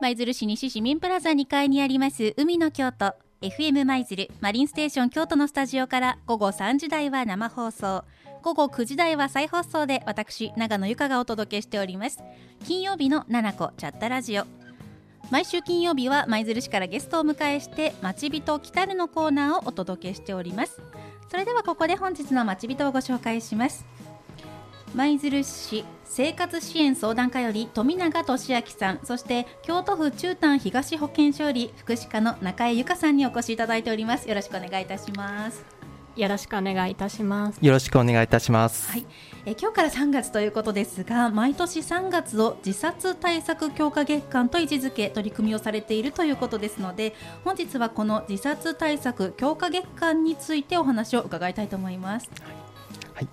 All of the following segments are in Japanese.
舞鶴市西市民プラザ2階にあります海の京都 FM 舞鶴マリンステーション京都のスタジオから午後3時台は生放送、午後9時台は再放送で私長野由香がお届けしております。金曜日の7個チャットラジオ、毎週金曜日は舞鶴市からゲストを迎えしてまちびと来たるのコーナーをお届けしております。それではここで本日のまちびとをご紹介します。舞鶴市生活支援相談課より富永俊明さん、そして京都府中丹東保健所より福祉課の中江由香さんにお越しいただいております。よろしくお願いいたします。 よろしくお願いいたします。 よろしくお願いいたします。 はい、今日から3月ということですが、毎年3月を自殺対策強化月間と位置づけ取り組みをされているということですので、本日はこの自殺対策強化月間についてお話を伺いたいと思います。 はい、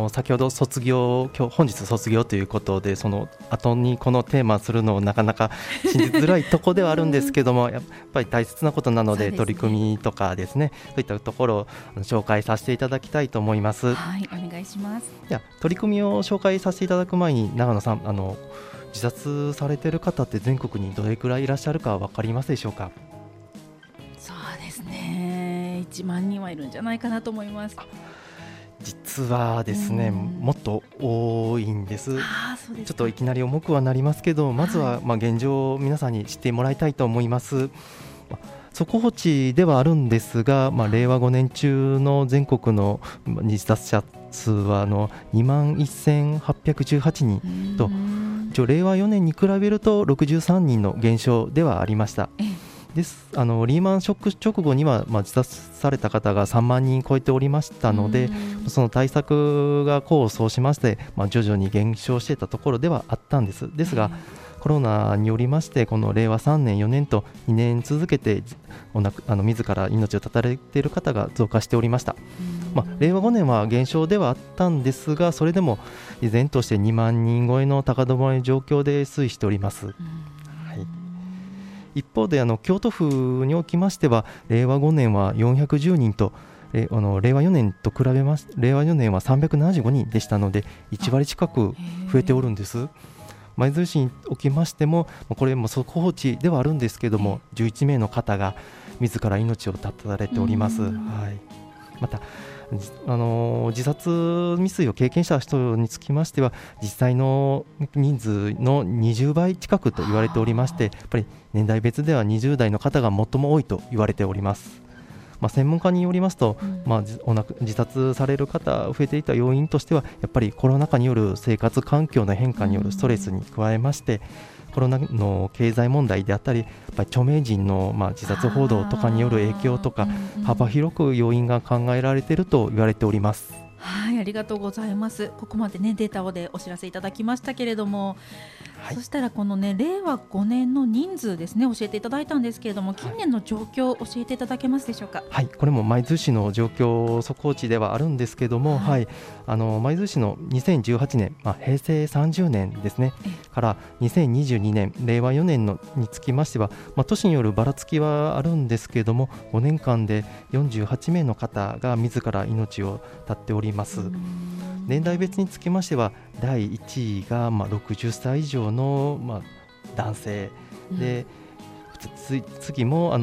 先ほど本日卒業ということで、その後にこのテーマするのをなかなか信じづらいところではあるんですけどもやっぱり大切なことなので、取り組みとかですね、そういったところを紹介させていただきたいと思います。 はい、お願いします。 では取り組みを紹介させていただく前に、長野さん、自殺されている方って全国にどれくらいいらっしゃるか分かりますでしょうか？ そうですね、1万人はいるんじゃないかなと思います。 実はですね、もっと多いんです。 そうですか。 ちょっといきなり重くはなりますけど、まずは現状を皆さんに知ってもらいたいと思います。速報値ではあるんですが、令和5年中の全国の自殺者数は21,818人と、令和4年に比べると63人の減少ではありました。リーマンショック直後には、自殺された方が3万人超えておりましたので、その対策が功を奏しまして、徐々に減少していたところではあったんです。ですが、コロナによりまして、この令和3年4年と2年続けて自ら命を絶たれている方が増加しておりました。令和5年は減少ではあったんですが、それでも依然として2万人超えの高止まり状況で推移しております。一方で京都府におきましては、令和5年は410人と、令和4年と比べまして令和4年は375人でしたので、1割近く増えておるんです。舞鶴市におきましても、これも速報値ではあるんですけども、11名の方が自ら命を絶たれております。また自殺未遂を経験した人につきましては、実際の人数の20倍近くと言われておりまして、やっぱり年代別では20代の方が最も多いと言われております。専門家によりますと、自殺される方増えていた要因としては、やっぱりコロナ禍による生活環境の変化によるストレスに加えまして、コロナの経済問題であったり、やっぱり著名人の自殺報道とかによる影響とか、幅広く要因が考えられていると言われております。 はい、ありがとうございます。ここまでデータをお知らせいただきましたけれども、そしたらこの令和5年の人数ですね、教えていただいたんですけれども、近年の状況を教えていただけますでしょうか？はい、 これも舞鶴市の状況速報値ではあるんですけども、舞鶴市の2018年、平成30年ですねから2022年令和4年につきましては、都市によるばらつきはあるんですけれども、5年間で48名の方が自ら命を絶っております。年代別につきましては、第1位が60歳以上の男性で、次も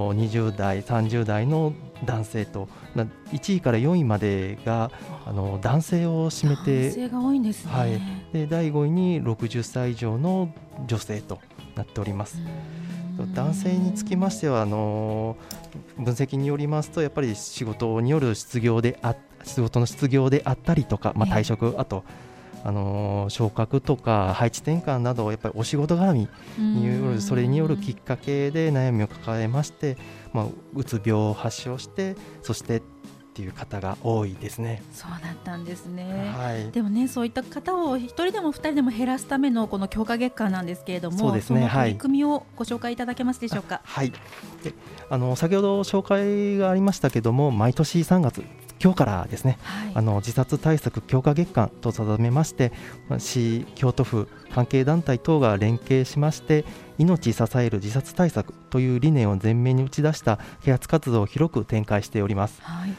20代30代の男性と、1位から4位までが男性を占めて、 男性が多いんですね。 で第5位に60歳以上の女性となっております。男性につきましては分析によりますと、やっぱり仕事による仕事の失業であったりとか、退職、あと昇格とか配置転換など、やっぱりお仕事絡みによる、それによるきっかけで悩みを抱えまして、うつ病を発症して、そしてっていう方が多いですね。 そうだったんですね。でもね、そういった方を1人でも2人でも減らすためのこの強化月間なんですけれども、 そうですね、 その取り組みをご紹介いただけますでしょうか？ で先ほど紹介がありましたけども、毎年3月今日からですね、自殺対策強化月間と定めまして、市、京都府関係団体等が連携しまして、命支える自殺対策という理念を前面に打ち出した啓発活動を広く展開しております。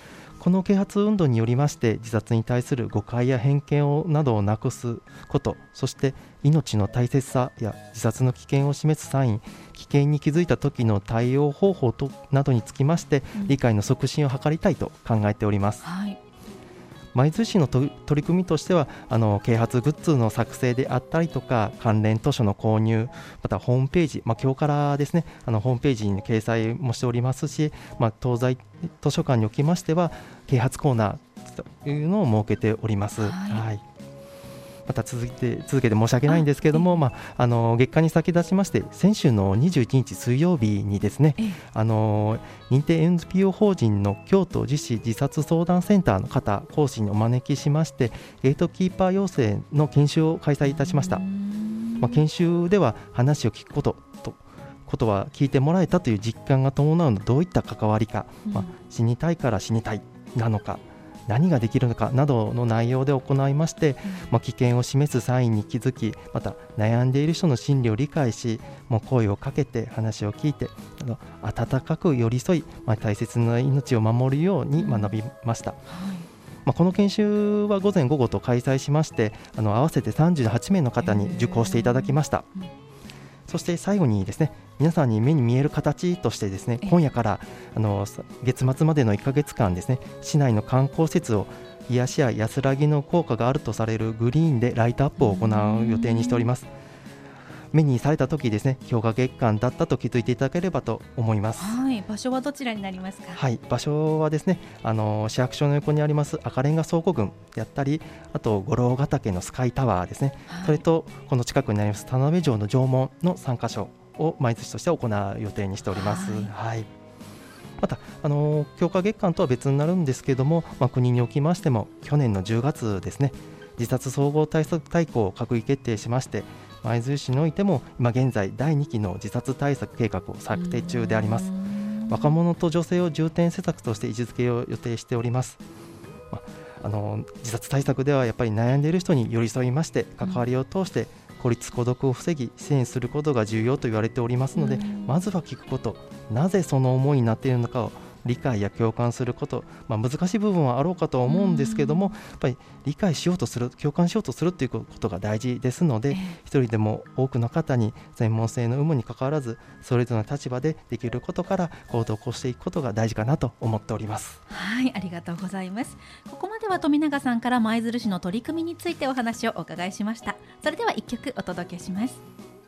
この啓発運動によりまして自殺に対する誤解や偏見などをなくすこと、そして命の大切さや自殺の危険を示すサイン、危険に気づいた時の対応方法などにつきまして理解の促進を図りたいと考えております。舞鶴市の取り組みとしては啓発グッズの作成であったりとか関連図書の購入、またホームページ、今日からですねホームページに掲載もしておりますし、東西図書館におきましては啓発コーナーというのを設けております。また続けて申し訳ないんですけれども、月間に先立ちまして先週の21日水曜日にですね、認定 NPO 法人の京都自死自殺相談センターの方講師にお招きしましてゲートキーパー養成の研修を開催いたしました。研修では話を聞くことは聞いてもらえたという実感が伴うのどういった関わりか、死にたいから死にたいなのか、何ができるのかなどの内容で行いまして、危険を示すサインに気づき、また悩んでいる人の心理を理解し、声をかけて話を聞いて温かく寄り添い、大切な命を守るように学びました。この研修は午前午後と開催しまして合わせて38名の方に受講していただきました。そして最後にですね、皆さんに目に見える形としてですね、今夜から月末までの1ヶ月間ですね、市内の観光施設を癒しや安らぎの効果があるとされるグリーンでライトアップを行う予定にしております。目にされた時ですね、氷河月間だったと気づいていただければと思います。 場所はどちらになりますか？ 場所はですね、市役所の横にあります赤レンガ倉庫群であったり、あと五郎ヶ岳のスカイタワーですね、それとこの近くになります田辺城の城門の3カ所を舞鶴市として行う予定にしております。また強化月間とは別になるんですけれども、国におきましても去年の10月ですね、自殺総合対策大綱を閣議決定しまして、舞鶴市においても今現在第2期の自殺対策計画を策定中であります。若者と女性を重点施策として位置づけを予定しております。自殺対策ではやっぱり悩んでいる人に寄り添いまして関わりを通して孤立孤独を防ぎ支援することが重要と言われておりますので、まずは聞くこと、なぜその思いになっているのかを理解や共感すること、難しい部分はあろうかと思うんですけども、やっぱり理解しようとする、共感しようとするということが大事ですので、一人でも多くの方に専門性の有無にかかわらずそれぞれの立場でできることから行動を起こしていくことが大事かなと思っております。 ありがとうございます。ここまでは富永さんから舞鶴市の取り組みについてお話をお伺いしました。それでは1曲お届けします。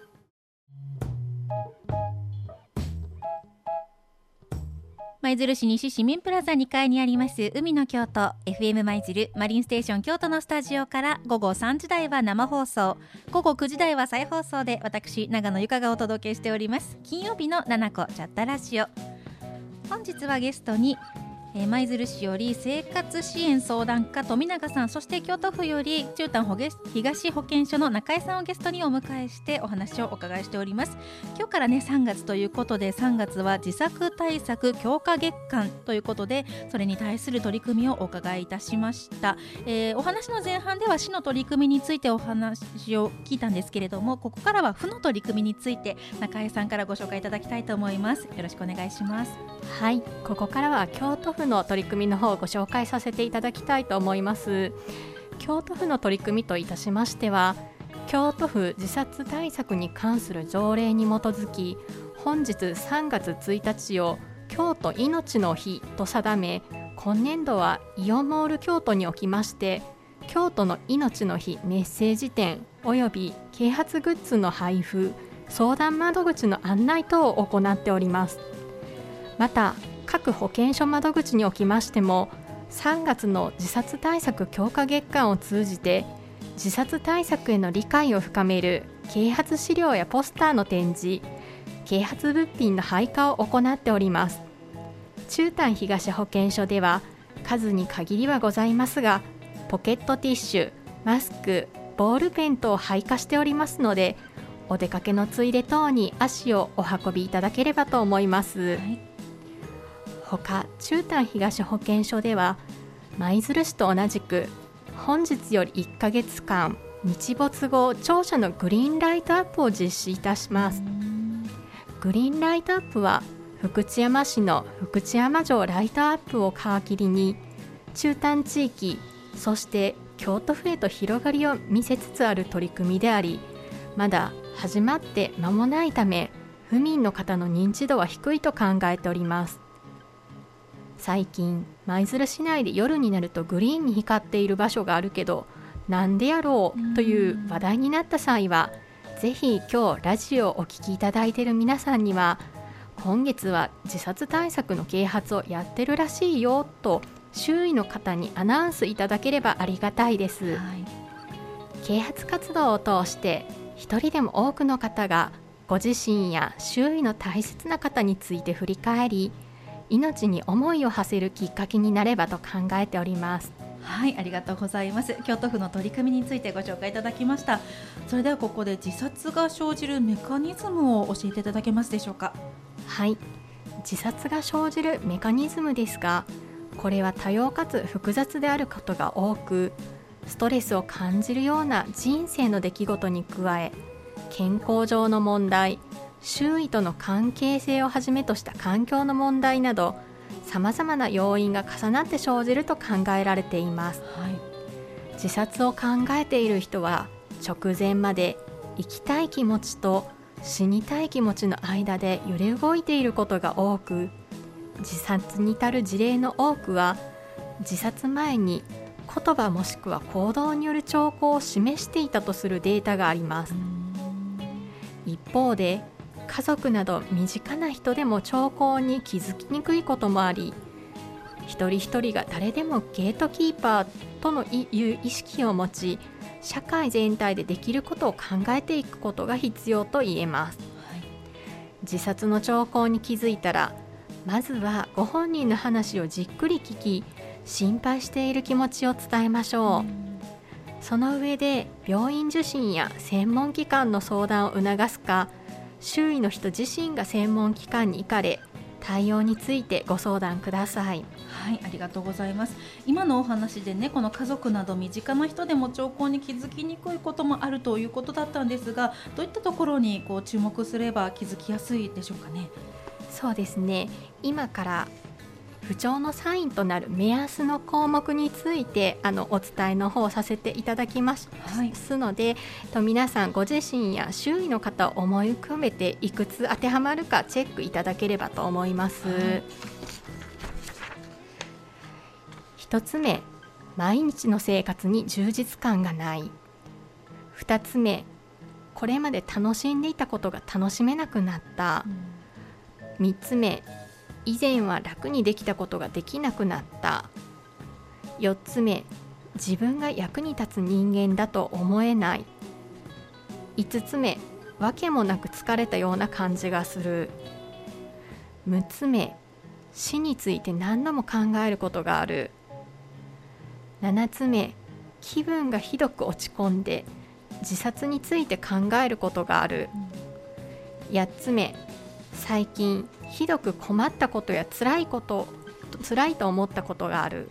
舞鶴市西市民プラザ2階にあります海の京都 FM 舞鶴マリンステーション京都のスタジオから午後3時台は生放送、午後9時台は再放送で私長野由香がお届けしております金曜日の7個チャットラジオ。本日はゲストに舞鶴市より生活支援相談課富永さん、そして京都府より中丹東保健所の中井さんをゲストにお迎えしてお話をお伺いしております。今日からね3月ということで、3月は自殺対策強化月間ということで、それに対する取り組みをお伺いいたしました。お話の前半では市の取り組みについてお話を聞いたんですけれども、ここからは府の取り組みについて中井さんからご紹介いただきたいと思います。よろしくお願いします。 ここからは京都府の取り組みの方をご紹介させていただきたいと思います。京都府の取り組みといたしましては、京都府自殺対策に関する条例に基づき、本日3月1日を京都いのちの日と定め、今年度はイオンモール京都におきまして京都のいのちの日メッセージ展および啓発グッズの配布、相談窓口の案内等を行っております。また各保健所窓口におきましても、3月の自殺対策強化月間を通じて自殺対策への理解を深める啓発資料やポスターの展示、啓発物品の配下を行っております。中丹東保健所では数に限りはございますが、ポケットティッシュ、マスク、ボールペン等を配下しておりますので、お出かけのついで等に足をお運びいただければと思います。他中丹東保健所では舞鶴市と同じく本日より1ヶ月間日没後庁舎のグリーンライトアップを実施いたします。グリーンライトアップは福知山市の福知山城ライトアップを皮切りに中丹地域、そして京都府へと広がりを見せつつある取り組みであり、まだ始まって間もないため、府民の方の認知度は低いと考えております。最近、舞鶴市内で夜になるとグリーンに光っている場所があるけど、なんでやろうという話題になった際は、ぜひ今日ラジオをお聞きいただいている皆さんには、今月は自殺対策の啓発をやってるらしいよと周囲の方にアナウンスいただければありがたいです、啓発活動を通して一人でも多くの方がご自身や周囲の大切な方について振り返り、命に思いを馳せるきっかけになればと考えております。 はい、ありがとうございます。京都府の取り組みについてご紹介いただきました。それではここで自殺が生じるメカニズムを教えていただけますでしょうか。 はい、自殺が生じるメカニズムですが、これは多様かつ複雑であることが多く、ストレスを感じるような人生の出来事に加え、健康上の問題、周囲との関係性をはじめとした環境の問題など、さまざまな要因が重なって生じると考えられています、自殺を考えている人は直前まで生きたい気持ちと死にたい気持ちの間で揺れ動いていることが多く、自殺に至る事例の多くは自殺前に言葉もしくは行動による兆候を示していたとするデータがあります。一方で家族など身近な人でも兆候に気づきにくいこともあり、一人一人が誰でもゲートキーパーとのいう意識を持ち、社会全体でできることを考えていくことが必要と言えます、自殺の兆候に気づいたら、まずはご本人の話をじっくり聞き、心配している気持ちを伝えましょう。その上で病院受診や専門機関の相談を促すか、周囲の人自身が専門機関に行かれ、対応についてご相談ください。 はい、ありがとうございます。今のお話でね、この家族など身近な人でも兆候に気づきにくいこともあるということだったんですが、どういったところに注目すれば気づきやすいでしょうかね。 そうですね、今から不調のサインとなる目安の項目についてお伝えの方させていただきますので、皆さんご自身や周囲の方を思い浮かべて、いくつ当てはまるかチェックいただければと思います、1つ目、毎日の生活に充実感がない。2つ目、これまで楽しんでいたことが楽しめなくなった。3つ目、以前は楽にできたことができなくなった。4つ目、自分が役に立つ人間だと思えない。5つ目、わけもなく疲れたような感じがする。6つ目、死について何度も考えることがある。7つ目、気分がひどく落ち込んで自殺について考えることがある。8つ目、最近ひどく困ったことや辛いと思ったことがある。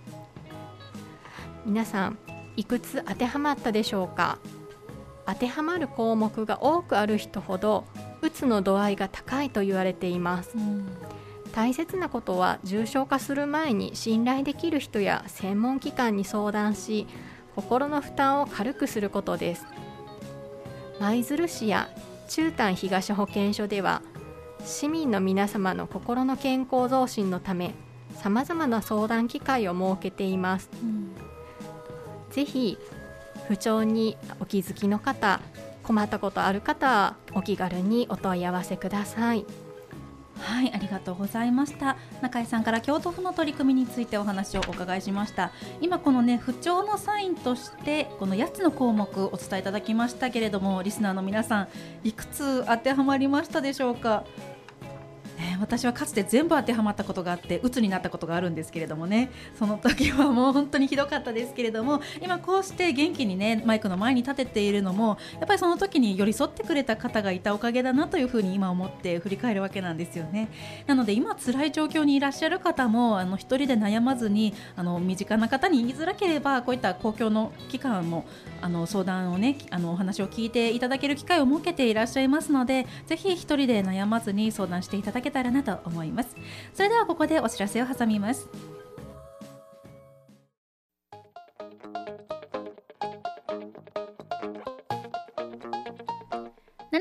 皆さん、いくつ当てはまったでしょうか。当てはまる項目が多くある人ほどうつの度合いが高いと言われています、大切なことは重症化する前に信頼できる人や専門機関に相談し、心の負担を軽くすることです。舞鶴市や中丹東保健所では、市民の皆様の心の健康増進のため、さまざまな相談機会を設けています、ぜひ不調にお気づきの方、困ったことある方はお気軽にお問い合わせください。 はい、ありがとうございました。中井さんから京都府の取り組みについてお話をお伺いしました。今このね、不調のサインとしてこの8つの項目お伝えいただきましたけれども、リスナーの皆さん、いくつ当てはまりましたでしょうか。私はかつて全部当てはまったことがあって、鬱になったことがあるんですけれどもね、その時はもう本当にひどかったですけれども、今こうして元気にねマイクの前に立てているのも、やっぱりその時に寄り添ってくれた方がいたおかげだなというふうに今思って振り返るわけなんですよね。なので今辛い状況にいらっしゃる方も一人で悩まずに、身近な方に言いづらければこういった公共の機関も相談をね、お話を聞いていただける機会を設けていらっしゃいますので、ぜひ一人で悩まずに相談していただけたらなと思います。それではここでお知らせを挟みます。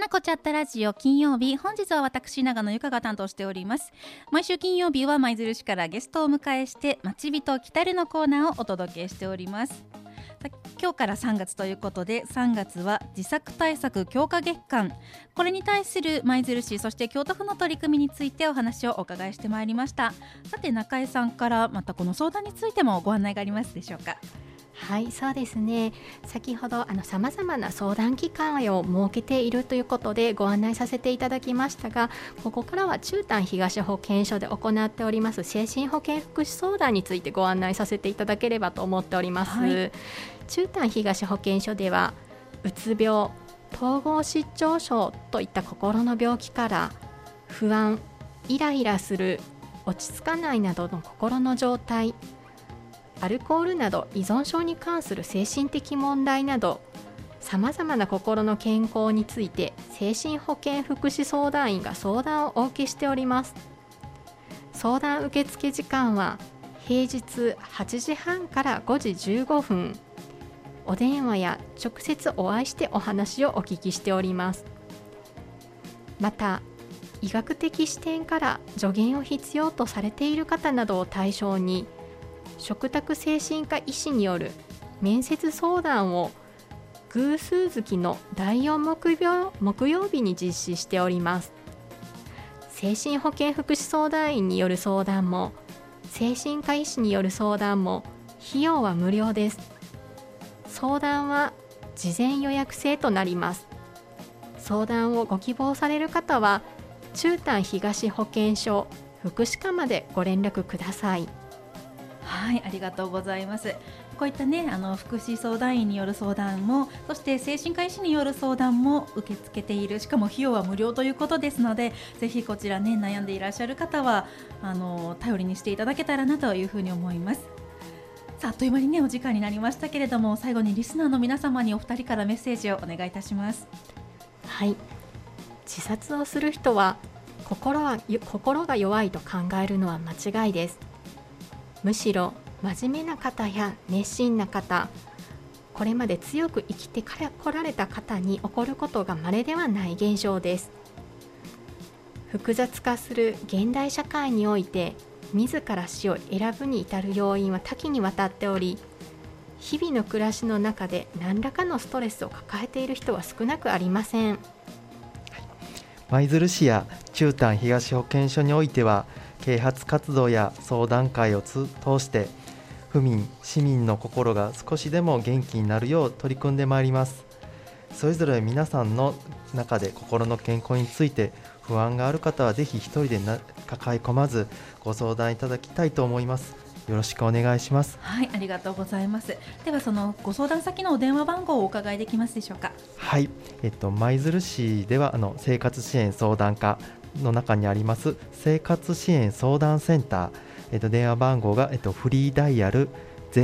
なこチャットラジオ金曜日、本日は私長野由香が担当しております。毎週金曜日は舞鶴市からゲストをお迎えして町人来たるのコーナーをお届けしております。今日から3月ということで、3月は自殺対策強化月間、これに対する舞鶴市そして京都府の取り組みについてお話をお伺いしてまいりました。さて中江さんからまたこの相談についてもご案内がありますでしょうか。 はい、そうですね。先ほどさまざまな相談機関を設けているということでご案内させていただきましたが、ここからは中丹東保健所で行っております精神保健福祉相談についてご案内させていただければと思っております。はい、中丹東保健所ではうつ病、統合失調症といった心の病気から不安、イライラする、落ち着かないなどの心の状態、アルコールなど依存症に関する精神的問題などさまざまな心の健康について精神保健福祉相談員が相談をお受けしております。相談受付時間は平日8時半から5時15分、お電話や直接お会いしてお話をお聞きしております。また医学的視点から助言を必要とされている方などを対象に嘱託精神科医師による面接相談を偶数月の第4木曜日に実施しております。精神保健福祉相談員による相談も精神科医師による相談も費用は無料です。相談は事前予約制となります。相談をご希望される方は中丹東保健所福祉課までご連絡ください。 はい、ありがとうございます。こういったね、福祉相談員による相談も、そして精神科医師による相談も受け付けている。しかも費用は無料ということですので、ぜひこちらね、悩んでいらっしゃる方は頼りにしていただけたらなというふうに思います。さあ、あっという間にねお時間になりましたけれども、最後にリスナーの皆様にお二人からメッセージをお願いいたします。 はい、自殺をする人は心が弱いと考えるのは間違いです。むしろ真面目な方や熱心な方、これまで強く生きてこられた方に起こることが稀ではない現象です。複雑化する現代社会において自ら死を選ぶに至る要因は多岐にわたっており、日々の暮らしの中で何らかのストレスを抱えている人は少なくありません。 舞鶴市や中丹東保健所においては啓発活動や相談会を通して府民・市民の心が少しでも元気になるよう取り組んでまいります。それぞれ皆さんの中で心の健康について不安がある方はぜひ一人で抱え込まずご相談いただきたいと思います。よろしくお願いします。 はい、ありがとうございます。ではそのご相談先のお電話番号をお伺いできますでしょうか。 はい、舞鶴市では生活支援相談課の中にあります生活支援相談センター、電話番号が、フリーダイヤル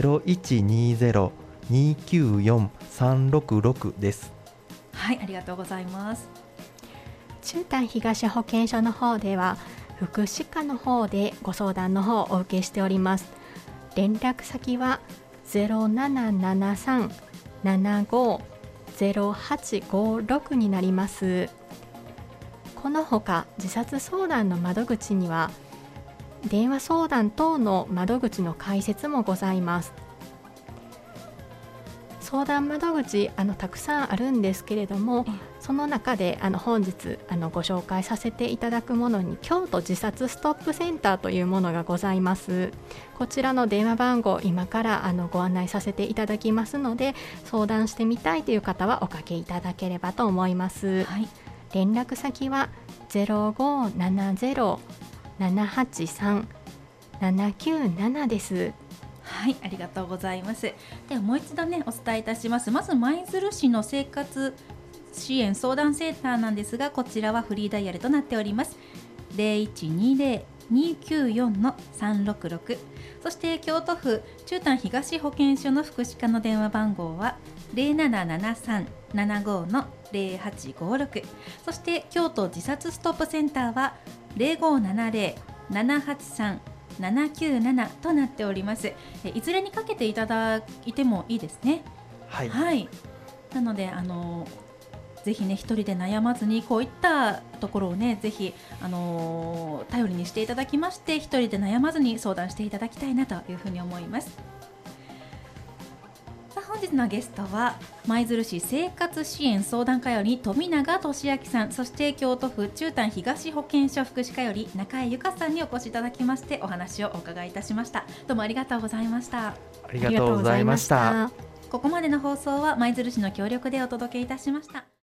0120-294-366 です。 はい、ありがとうございます。 中丹東保健所の方では福祉課の方でご相談の方をお受けしております。連絡先は 0773-750856 になります。このほか自殺相談の窓口には電話相談等の窓口の開設もございます。相談窓口たくさんあるんですけれども、その中で本日ご紹介させていただくものに京都自殺ストップセンターというものがございます。こちらの電話番号今からご案内させていただきますので、相談してみたいという方はおかけいただければと思います。はい、連絡先は 0570-783-797 です。 はい、ありがとうございます。ではもう一度ねお伝えいたします。まず舞鶴市の生活支援相談センターなんですが、こちらはフリーダイヤルとなっております。0120-294-366。そして京都府中丹東保健所の福祉課の電話番号は 0773-75-0856。そして京都自殺ストップセンターは 0570-783-797 となっております。いずれにかけていただいてもいいですね。 はい、 はい、なのでぜひね一人で悩まずにこういったところをねぜひ、頼りにしていただきまして、一人で悩まずに相談していただきたいなというふうに思います。さあ本日のゲストは舞鶴市生活支援相談課より富永俊明さん、そして京都府中丹東保健所福祉課より中江由香さんにお越しいただきましてお話をお伺いいたしました。どうもありがとうございました。 ありがとうございました。 ここまでの放送は舞鶴市の協力でお届けいたしました。